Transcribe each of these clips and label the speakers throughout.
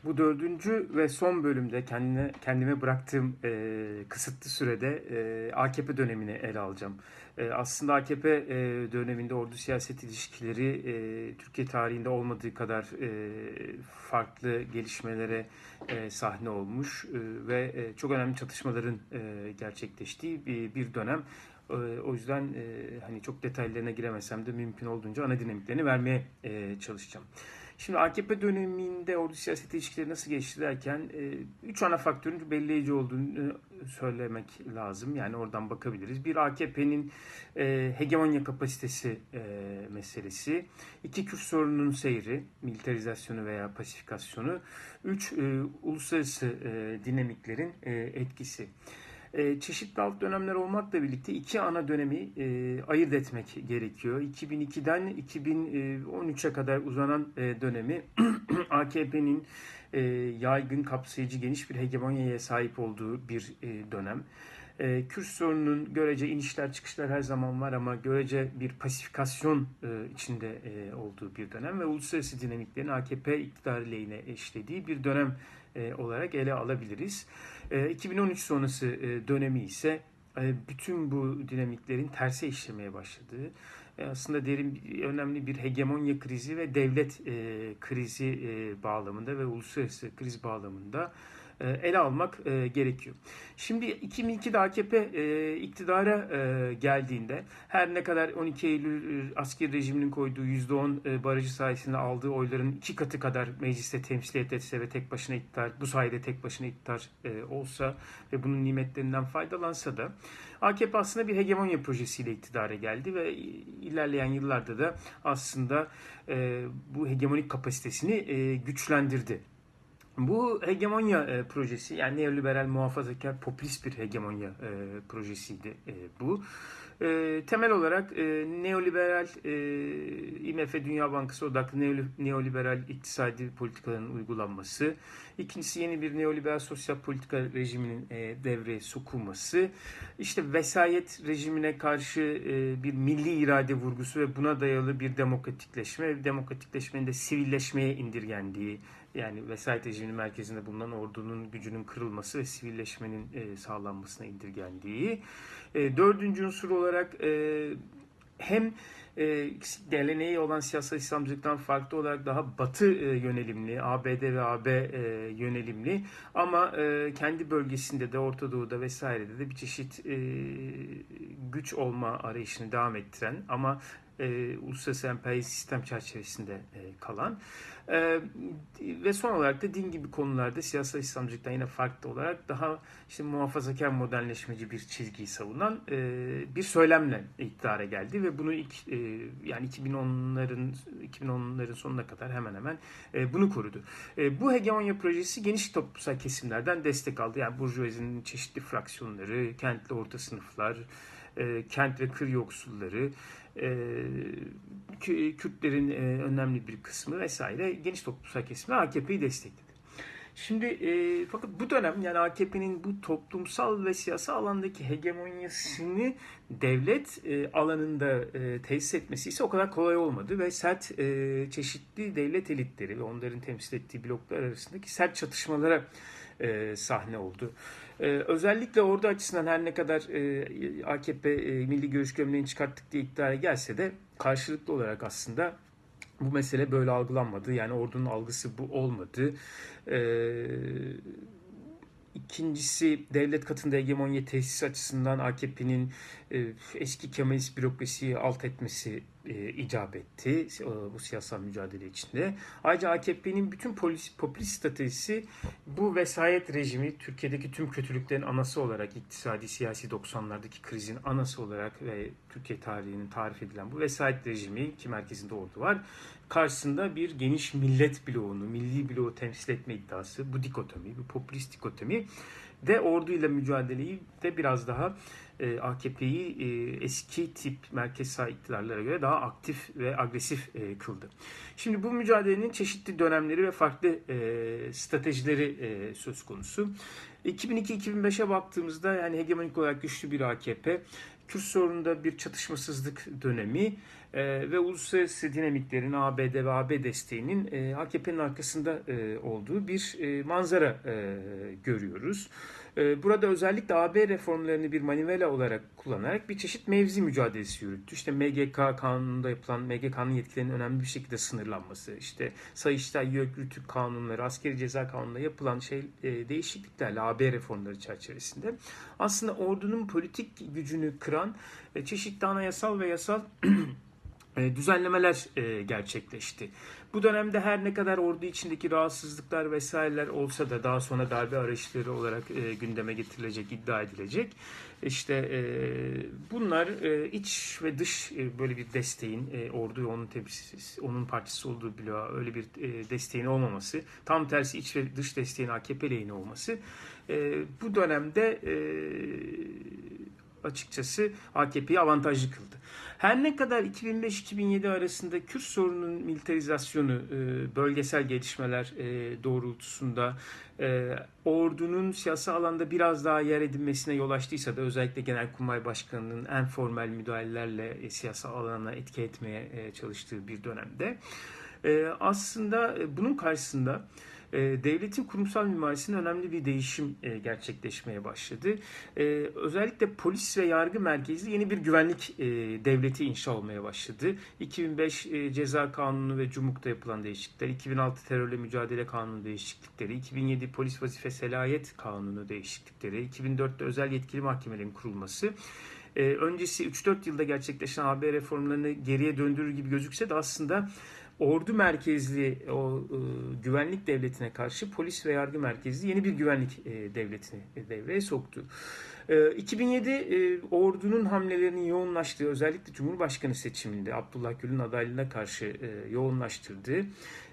Speaker 1: Bu dördüncü ve son bölümde kendime bıraktığım kısıtlı sürede AKP dönemini ele alacağım. Aslında AKP döneminde ordu siyaset ilişkileri Türkiye tarihinde olmadığı kadar farklı gelişmelere sahne olmuş ve çok önemli çatışmaların gerçekleştiği bir dönem. O yüzden hani çok detaylarına giremesem de mümkün olduğunca ana dinamiklerini vermeye çalışacağım. Şimdi AKP döneminde ordu siyaseti ilişkileri nasıl geçti derken üç ana faktörün belirleyici olduğunu söylemek lazım. Yani oradan bakabiliriz. Bir, AKP'nin hegemonya kapasitesi meselesi. İki, Kürt sorununun seyri, militarizasyonu veya pasifikasyonu. Üç, uluslararası dinamiklerin etkisi. Çeşitli alt dönemler olmakla birlikte iki ana dönemi ayırt etmek gerekiyor. 2002'den 2013'e kadar uzanan dönemi AKP'nin yaygın, kapsayıcı, geniş bir hegemonyaya sahip olduğu bir dönem. Kürt sorununun görece inişler çıkışlar her zaman var ama görece bir pasifikasyon içinde olduğu bir dönem ve uluslararası dinamiklerin AKP iktidarı lehine eşlediği bir dönem olarak ele alabiliriz. 2013 sonrası dönemi ise bütün bu dinamiklerin terse işlemeye başladığı, aslında önemli bir hegemonya krizi ve devlet krizi bağlamında ve uluslararası kriz bağlamında ele almak gerekiyor. Şimdi 2002'de AKP iktidara geldiğinde her ne kadar 12 Eylül askeri rejiminin koyduğu %10 barajı sayesinde aldığı oyların iki katı kadar mecliste temsil etse ve tek başına iktidar, bu sayede tek başına iktidar olsa ve bunun nimetlerinden faydalansa da AKP aslında bir hegemonya projesiyle iktidara geldi ve ilerleyen yıllarda da aslında bu hegemonik kapasitesini güçlendirdi. Bu hegemonya projesi, yani neoliberal, muhafazakar, popülist bir hegemonya projesiydi bu. Temel olarak neoliberal, IMF, Dünya Bankası odaklı neoliberal iktisadi politikaların uygulanması. İkincisi, yeni bir neoliberal sosyal politika rejiminin devreye sokulması. İşte vesayet rejimine karşı bir milli irade vurgusu ve buna dayalı bir demokratikleşme. Demokratikleşmenin de sivilleşmeye indirgendiği, yani vesayet rejiminin merkezinde bulunan ordunun gücünün kırılması ve sivilleşmenin sağlanmasına indirgendiği. Dördüncü unsur olarak hem geleneği olan siyasal İslamcılıktan farklı olarak daha batı yönelimli, ABD ve AB yönelimli ama kendi bölgesinde de, Orta Doğu'da vesairede de bir çeşit güç olma arayışını devam ettiren ama uluslararası emperyalist sistem çerçevesinde kalan ve son olarak da din gibi konularda siyasal İslamcılıktan yine farklı olarak daha işte muhafazakar, modernleşmeci bir çizgiyi savunan bir söylemle iktidara geldi ve bunu yani 2010'ların sonuna kadar hemen hemen bunu korudu. Bu hegemonya projesi geniş toplumsal kesimlerden destek aldı. Yani burjuvazinin çeşitli fraksiyonları, kentli orta sınıflar, kent ve kır yoksulları, Kürtlerin önemli bir kısmı vesaire, geniş toplumsal kesimler AKP'yi destekledi. Şimdi fakat bu dönem, yani AKP'nin bu toplumsal ve siyasal alandaki hegemonyasını devlet alanında tesis etmesi ise o kadar kolay olmadı ve sert çeşitli devlet elitleri ve onların temsil ettiği bloklar arasındaki sert çatışmalara sahne oldu. Özellikle ordu açısından her ne kadar AKP milli görüş gömleğini çıkarttık diye iktidara gelse de karşılıklı olarak aslında bu mesele böyle algılanmadı. Yani ordunun algısı bu olmadı. İkincisi, devlet katında hegemonya tesis açısından AKP'nin eski Kemalist bürokrasiyi alt etmesi icap etti bu siyasal mücadele içinde. Ayrıca AKP'nin bütün popülist stratejisi bu vesayet rejimi, Türkiye'deki tüm kötülüklerin anası olarak, iktisadi siyasi 90'lardaki krizin anası olarak ve Türkiye tarihinin tarif edilen bu vesayet rejimi, ki merkezinde ordu var, karşısında bir geniş millet bloğunu, milli bloğu temsil etme iddiası, bu dikotomi, bu popülist dikotomi de orduyla mücadeleyi de biraz daha AKP'yi eski tip merkez sağ iktidarlara göre daha aktif ve agresif kıldı. Şimdi bu mücadelenin çeşitli dönemleri ve farklı stratejileri söz konusu. 2002-2005'e baktığımızda, yani hegemonik olarak güçlü bir AKP, Kürt sorununda bir çatışmasızlık dönemi, Ve uluslararası dinamiklerin ABD ve AB desteğinin AKP'nin arkasında olduğu bir manzara görüyoruz. Burada özellikle AB reformlarını bir manivela olarak kullanarak bir çeşit mevzi mücadelesi yürüttü. İşte MGK kanununda yapılan MGK'nın yetkilerinin önemli bir şekilde sınırlanması, işte Sayıştay, YÖK, RTÜK kanunları, askeri ceza kanununda yapılan değişikliklerle AB reformları çerçevesinde aslında ordunun politik gücünü kıran çeşitli anayasal ve yasal düzenlemeler gerçekleşti. Bu dönemde her ne kadar ordu içindeki rahatsızlıklar vesaireler olsa da daha sonra darbe arayışları olarak gündeme getirilecek, iddia edilecek. İşte bunlar iç ve dış böyle bir desteğin ordu ve onun temsilcisi, onun parçası olduğu bloğa öyle bir desteğin olmaması, tam tersi iç ve dış desteğin AKP lehine olması bu dönemde açıkçası AKP'yi avantajlı kıldı. Her ne kadar 2005-2007 arasında Kürt sorununun militarizasyonu, bölgesel gelişmeler doğrultusunda ordunun siyasi alanda biraz daha yer edinmesine yol açtıysa da özellikle Genelkurmay Başkanı'nın en formel müdahalelerle siyasi alana etki etmeye çalıştığı bir dönemde aslında bunun karşısında devletin kurumsal mimarisinde önemli bir değişim gerçekleşmeye başladı. Özellikle polis ve yargı merkezli yeni bir güvenlik devleti inşa olmaya başladı. 2005 Ceza Kanunu ve CUMUK'ta yapılan değişiklikler, 2006 Terörle Mücadele Kanunu değişiklikleri, 2007 Polis Vazife Selayet Kanunu değişiklikleri, 2004'te özel yetkili mahkemelerin kurulması, öncesi 3-4 yılda gerçekleşen AB reformlarını geriye döndürür gibi gözükse de aslında ordu merkezli o güvenlik devletine karşı polis ve yargı merkezli yeni bir güvenlik devletini devreye soktu. 2007 ordunun hamlelerinin yoğunlaştığı, özellikle Cumhurbaşkanı seçiminde Abdullah Gül'ün adaylığına karşı yoğunlaştırdığı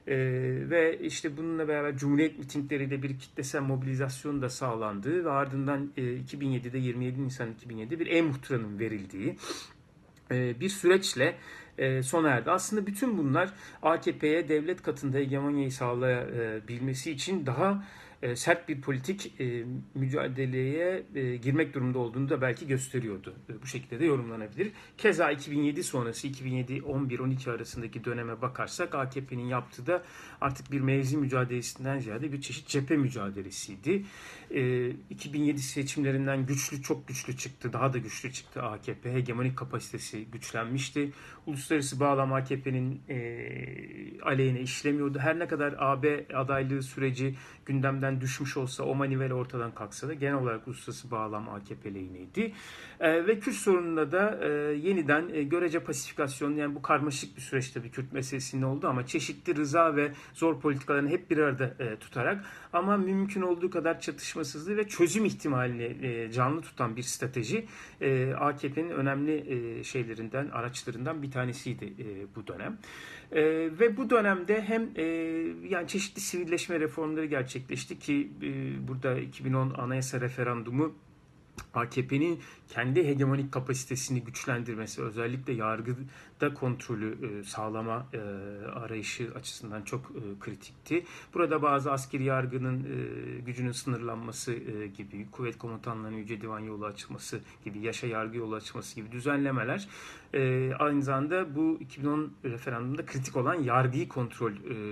Speaker 1: ve işte bununla beraber Cumhuriyet mitingleriyle bir kitlesel mobilizasyon da sağlandığı ve ardından 2007'de 27 Nisan 2007'de bir e-muhtıranın verildiği bir süreçle sona erdi. Aslında bütün bunlar AKP'ye devlet katında hegemonyayı sağlayabilmesi için daha sert bir politik mücadeleye girmek durumunda olduğunu da belki gösteriyordu. Bu şekilde de yorumlanabilir. Keza 2007 sonrası 2007, 11, 12 arasındaki döneme bakarsak AKP'nin yaptığı da artık bir mevzi mücadelesinden ziyade bir çeşit cephe mücadelesiydi. 2007 seçimlerinden çok güçlü çıktı. Daha da güçlü çıktı AKP. Hegemonik kapasitesi güçlenmişti. Uluslararası bağlam AKP'nin aleyhine işlemiyordu. Her ne kadar AB adaylığı süreci gündemden düşmüş olsa, o manivela ortadan kalksa da genel olarak uluslararası bağlam AKP lehineydi. Ve Kürt sorununda da yeniden görece pasifikasyon, yani bu karmaşık bir süreç tabii Kürt meselesinde oldu ama çeşitli rıza ve zor politikalarını hep bir arada tutarak ama mümkün olduğu kadar çatışmasızlığı ve çözüm ihtimalini canlı tutan bir strateji AKP'nin önemli araçlarından bir tanesiydi bu dönem. Ve bu dönemde hem yani çeşitli sivilleşme reformları gerçekleşti ki burada 2010 anayasa referandumu AKP'nin kendi hegemonik kapasitesini güçlendirmesi, özellikle yargıda kontrolü sağlama arayışı açısından çok kritikti. Burada bazı askeri yargının gücünün sınırlanması gibi, kuvvet komutanlarının Yüce Divan yolu açılması gibi, yaşa yargı yolu açılması gibi düzenlemeler aynı zamanda bu 2010 referandumda kritik olan yargıyı kontrol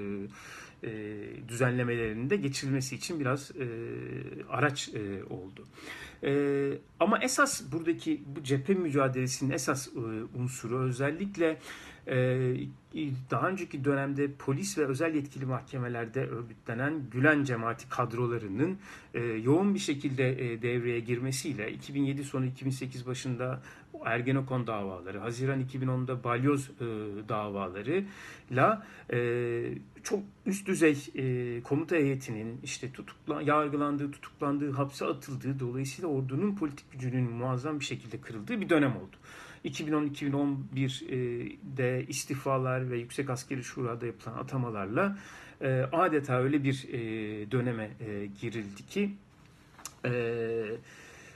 Speaker 1: düzenlemelerinde geçirilmesi için biraz araç oldu. Ama esas buradaki bu cephe mücadelesinin esas unsuru özellikle daha önceki dönemde polis ve özel yetkili mahkemelerde örgütlenen Gülen cemaati kadrolarının yoğun bir şekilde devreye girmesiyle 2007 sonu 2008 başında Ergenekon davaları, Haziran 2010'da Balyoz davalarıyla çok üst düzey komuta heyetinin işte yargılandığı, tutuklandığı, hapse atıldığı, dolayısıyla ordunun politik gücünün muazzam bir şekilde kırıldığı bir dönem oldu. 2010-2011'de istifalar ve Yüksek Askeri Şura'da yapılan atamalarla adeta öyle bir döneme girildi ki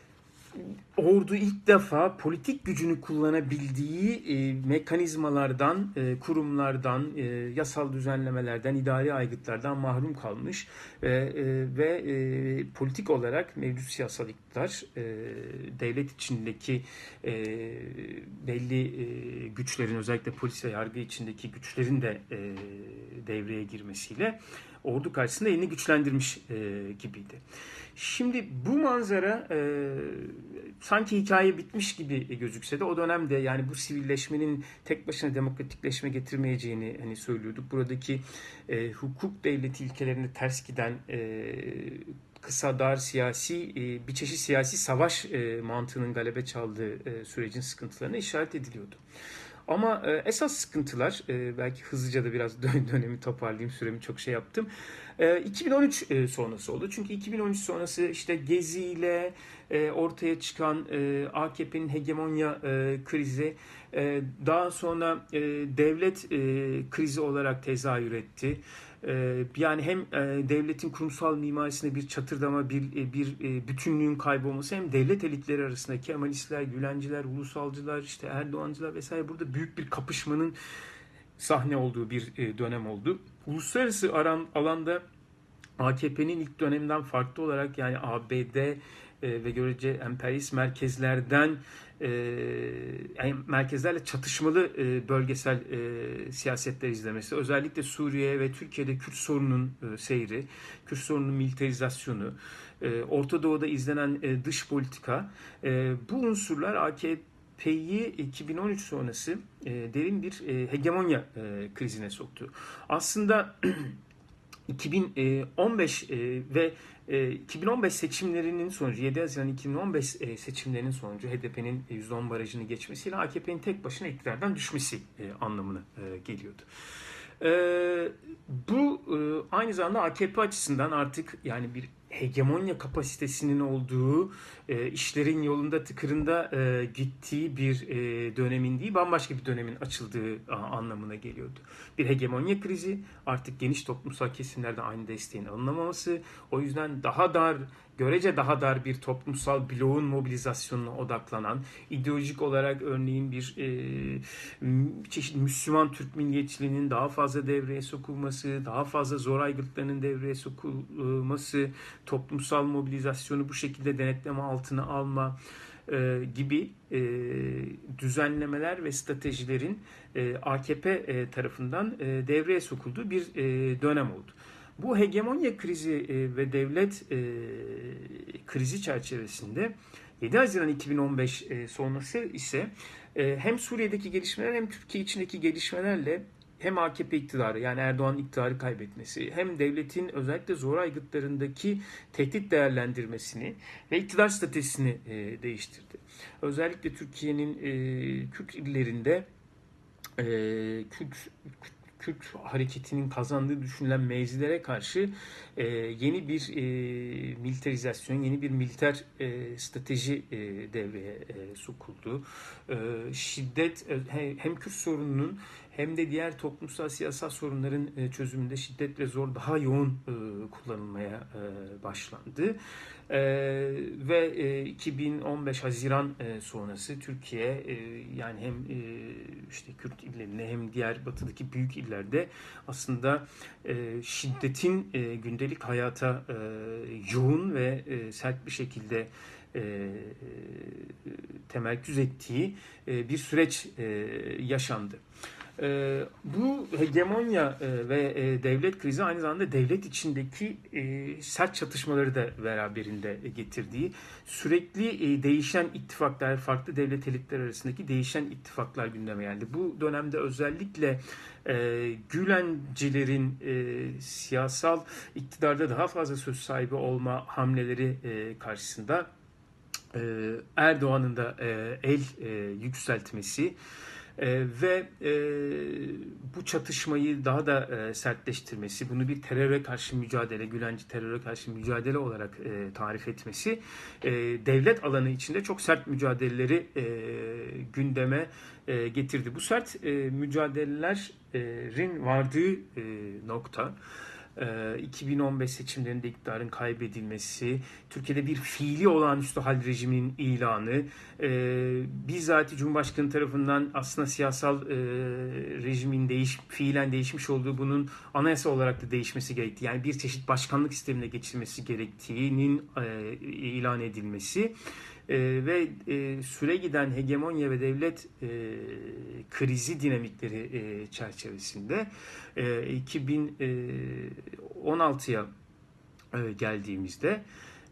Speaker 1: ordu ilk defa politik gücünü kullanabildiği mekanizmalardan, kurumlardan, yasal düzenlemelerden, idari aygıtlardan mahrum kalmış ve politik olarak mevcut siyasal iktidar devlet içindeki belli güçlerin, özellikle polis ve yargı içindeki güçlerin de devreye girmesiyle ordu karşısında elini güçlendirmiş gibiydi. Şimdi bu manzara sanki hikaye bitmiş gibi gözükse de o dönemde, yani bu sivilleşmenin tek başına demokratikleşme getirmeyeceğini hani söylüyorduk. Buradaki hukuk devleti ilkelerine ters giden kısa dar siyasi bir çeşit siyasi savaş mantığının galebe çaldığı sürecin sıkıntılarına işaret ediliyordu. Ama esas sıkıntılar, belki hızlıca da biraz dönemi toparlayayım, süremi çok şey yaptım. 2013 sonrası oldu. Çünkü 2013 sonrası işte Gezi ile ortaya çıkan AKP'nin hegemonya krizi daha sonra devlet krizi olarak tezahür etti. Yani hem devletin kurumsal mimarisinde bir çatırdama, bir bütünlüğün kaybolması, hem devlet elitleri arasında Kemalistler, Gülenciler, ulusalcılar, işte Erdoğancılar vesaire, burada büyük bir kapışmanın sahne olduğu bir dönem oldu. Uluslararası alanda AKP'nin ilk döneminden farklı olarak, yani ABD ve görece emperyalist merkezlerden yani merkezlerle çatışmalı bölgesel siyasetler izlemesi, özellikle Suriye ve Türkiye'de Kürt sorununun seyri, Kürt sorununun militarizasyonu, Orta Doğu'da izlenen dış politika, bu unsurlar AKP'yi 2013 sonrası derin bir hegemonya krizine soktu. Aslında 2015 ve 2015 seçimlerinin sonucu, 7 Haziran 2015 seçimlerinin sonucu HDP'nin %10 barajını geçmesiyle AKP'nin tek başına iktidardan düşmesi anlamına geliyordu. Bu aynı zamanda AKP açısından artık, yani bir hegemonya kapasitesinin olduğu, işlerin yolunda tıkırında gittiği bir dönemin değil, bambaşka bir dönemin açıldığı anlamına geliyordu. Bir hegemonya krizi, artık geniş toplumsal kesimlerden aynı desteğin alınamaması, o yüzden görece daha dar bir toplumsal bloğun mobilizasyonuna odaklanan, ideolojik olarak örneğin bir çeşit Müslüman Türk milliyetçiliğinin daha fazla devreye sokulması, daha fazla zor aygıtlarının devreye sokulması, toplumsal mobilizasyonu bu şekilde denetleme altına alma gibi düzenlemeler ve stratejilerin AKP tarafından devreye sokulduğu bir dönem oldu. Bu hegemonya krizi ve devlet krizi çerçevesinde 7 Haziran 2015 sonrası ise hem Suriye'deki gelişmeler hem Türkiye içindeki gelişmelerle hem AKP iktidarı, yani Erdoğan iktidarı kaybetmesi, hem devletin özellikle zor aygıtlarındaki tehdit değerlendirmesini ve iktidar stratejisini değiştirdi. Özellikle Türkiye'nin Kürt illerinde Kürt hareketinin kazandığı düşünülen mevzilere karşı yeni bir militarizasyon, yeni bir militer strateji devreye sokuldu. Şiddet, hem Kürt sorununun hem de diğer toplumsal siyasal sorunların çözümünde şiddet ve zor daha yoğun kullanılmaya başlandı. Ve 2015 Haziran sonrası Türkiye, yani hem işte Kürt illerinde hem diğer batıdaki büyük illerde aslında şiddetin gündelik hayata yoğun ve sert bir şekilde temerküz ettiği bir süreç yaşandı. Bu hegemonya ve devlet krizi aynı zamanda devlet içindeki sert çatışmaları da beraberinde getirdiği, sürekli değişen ittifaklar, farklı devlet elitleri arasındaki değişen ittifaklar gündeme geldi. Bu dönemde özellikle Gülencilerin siyasal iktidarda daha fazla söz sahibi olma hamleleri karşısında Erdoğan'ın da el yükseltmesi ve bu çatışmayı daha da sertleştirmesi, bunu bir teröre karşı mücadele, Gülenci teröre karşı mücadele olarak tarif etmesi, devlet alanı içinde çok sert mücadeleleri gündeme getirdi. Bu sert mücadelelerin vardığı nokta, 2015 seçimlerinde iktidarın kaybedilmesi, Türkiye'de bir fiili olağanüstü hal rejiminin ilanı, bizzat Cumhurbaşkanı tarafından aslında siyasal rejimin fiilen değişmiş olduğu, bunun anayasa olarak da değişmesi gerektiği, yani bir çeşit başkanlık sistemine geçilmesi gerektiğinin ilan edilmesi ve süre giden hegemonya ve devlet krizi dinamikleri çerçevesinde 2016'ya geldiğimizde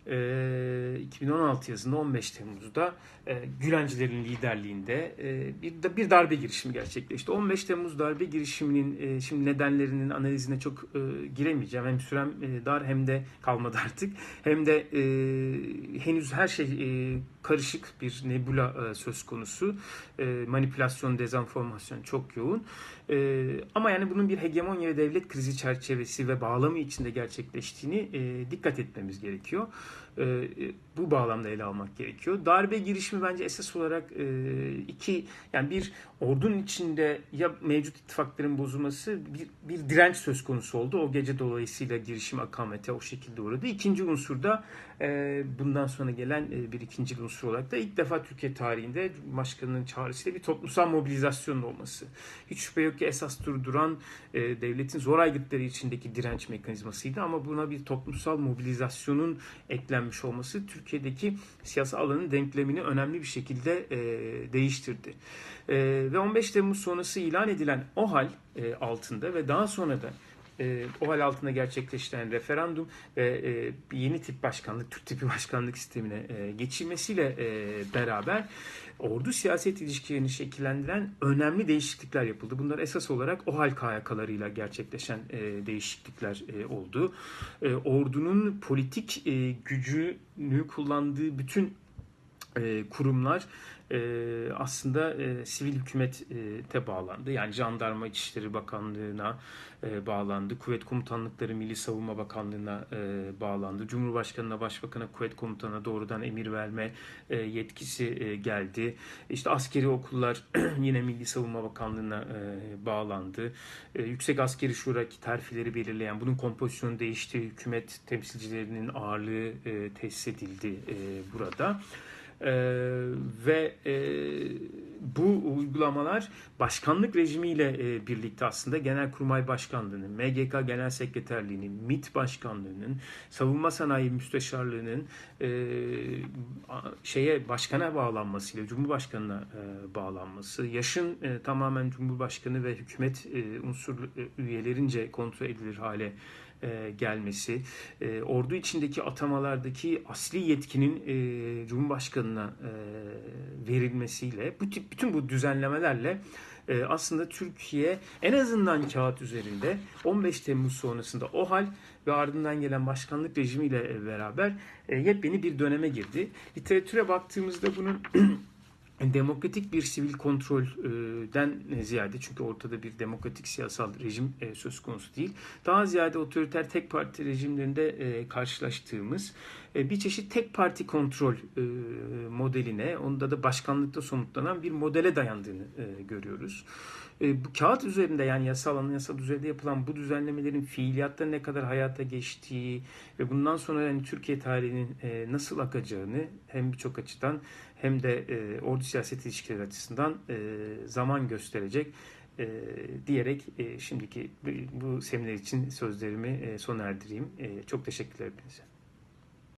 Speaker 1: 2016 yazında 15 Temmuz'da Gülencilerin liderliğinde bir darbe girişimi gerçekleşti. 15 Temmuz darbe girişiminin şimdi nedenlerinin analizine çok giremeyeceğim. Hem sürem dar, hem de kalmadı artık. Hem de henüz her şey karışık bir nebula söz konusu. Manipülasyon, dezenformasyon çok yoğun. Ama yani bunun bir hegemonya ve devlet krizi çerçevesi ve bağlamı içinde gerçekleştiğini dikkat etmemiz gerekiyor. Bu bağlamda ele almak gerekiyor. Darbe girişimi bence esas olarak yani bir ordunun içinde ya mevcut ittifakların bozulması, bir direnç söz konusu oldu. O gece dolayısıyla girişim akamete o şekilde uğradı. İkinci unsur da bundan sonra gelen bir ikinci unsur olarak da ilk defa Türkiye tarihinde Cumhurbaşkanı'nın çağrısıyla bir toplumsal mobilizasyonun olması. Hiç şüphe yok ki esas durduran devletin zor aygıtları içindeki direnç mekanizmasıydı, ama buna bir toplumsal mobilizasyonun eklenmiş olması Türkiye'deki siyasal alanın denklemini önemli bir şekilde değiştirdi. Ve 15 Temmuz sonrası ilan edilen o hal altında ve daha sonra da o hal altında gerçekleştiren referandum ve yeni tip başkanlık, Türk tipi başkanlık sistemine geçilmesiyle beraber ordu siyaset ilişkilerini şekillendiren önemli değişiklikler yapıldı. Bunlar esas olarak o hal KYK'larıyla gerçekleşen değişiklikler oldu. Ordunun politik gücünü kullandığı bütün kurumlar aslında sivil hükümete bağlandı. Yani Jandarma İçişleri Bakanlığı'na bağlandı. Kuvvet Komutanlıkları Milli Savunma Bakanlığı'na bağlandı. Cumhurbaşkanı'na, Başbakan'a, Kuvvet Komutanı'na doğrudan emir verme yetkisi geldi. İşte askeri okullar yine Milli Savunma Bakanlığı'na bağlandı. Yüksek Askeri Şura terfileri belirleyen, bunun kompozisyonu değişti. Hükümet temsilcilerinin ağırlığı tesis edildi burada. Ve bu uygulamalar başkanlık rejimiyle birlikte aslında Genelkurmay Başkanlığı'nın, MGK Genel Sekreterliği'nin, MİT Başkanlığı'nın, Savunma Sanayi Müsteşarlığı'nın başkana bağlanmasıyla, Cumhurbaşkanı'na bağlanması, yaşın tamamen Cumhurbaşkanı ve hükümet unsur üyelerince kontrol edilir hale gelmesi, ordu içindeki atamalardaki asli yetkinin Cumhurbaşkanı'na verilmesiyle, bütün bu düzenlemelerle aslında Türkiye en azından kağıt üzerinde 15 Temmuz sonrasında o hal ve ardından gelen başkanlık rejimiyle beraber yepyeni bir döneme girdi. Literatüre baktığımızda bunun demokratik bir sivil kontrolden ziyade, çünkü ortada bir demokratik siyasal rejim söz konusu değil, daha ziyade otoriter tek parti rejimlerinde karşılaştığımız bir çeşit tek parti kontrol modeline, onda da başkanlıkta somutlanan bir modele dayandığını görüyoruz. Bu kağıt üzerinde, yani yasal anayasal düzeyde yapılan bu düzenlemelerin fiiliyatta ne kadar hayata geçtiği ve bundan sonra yani Türkiye tarihinin nasıl akacağını hem birçok açıdan hem de ordu siyaset ilişkileri açısından zaman gösterecek diyerek şimdiki bu seminer için sözlerimi sona erdireyim. Çok teşekkürler hepinize.